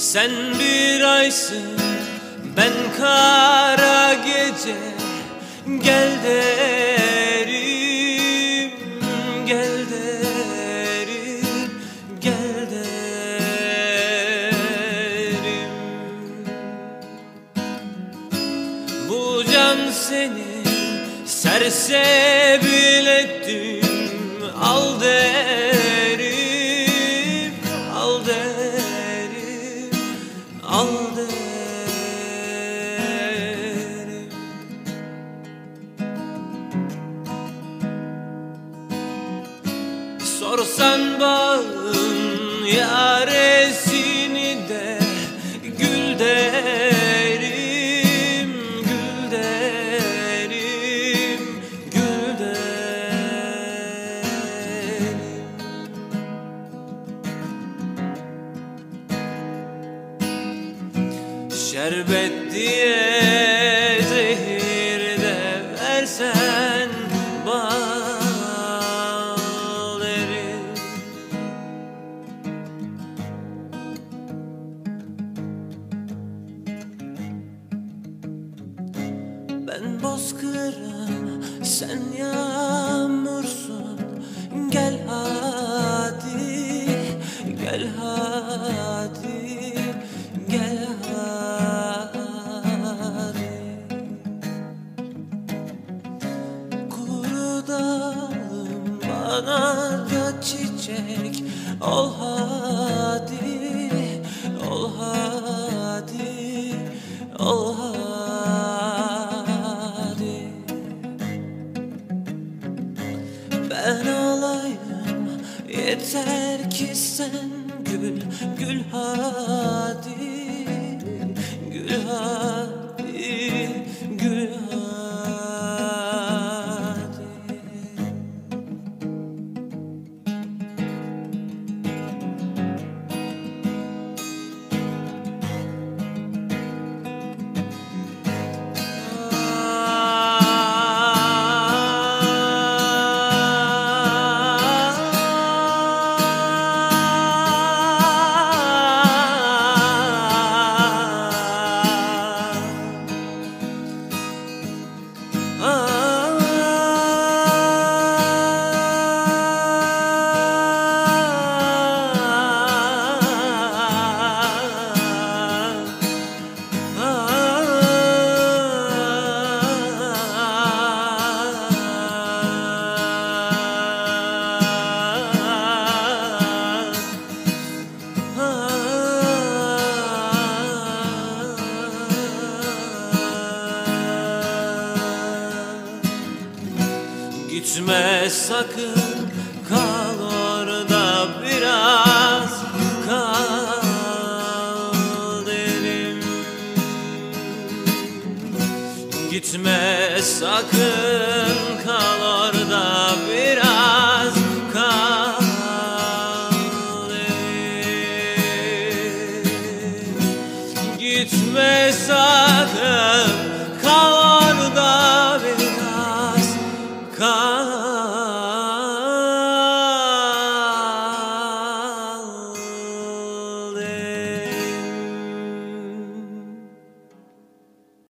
Sen bir aysın, ben kara gece. Gel derim, gel derim, gel derim. Bu can senin, sersebil ettim. Al derim, al derim, al derim. Sorsan bağın yaresini de gül derim, gül derim, gül derim. Şerbet diye zehir de versen bal derim. Ben bozkırım, sen yağmursun. Gel hadi, gel hadi, gel hadi. Kuru dalım, bana da çiçek. Ol hadi, ol hadi, ol hadi. Ben olayım, yeter ki sen gül, gül hadi, gül hadi, gül hadi. Gitme sakın, kal orada biraz, kal derim. Gitme sakın, kal orada biraz,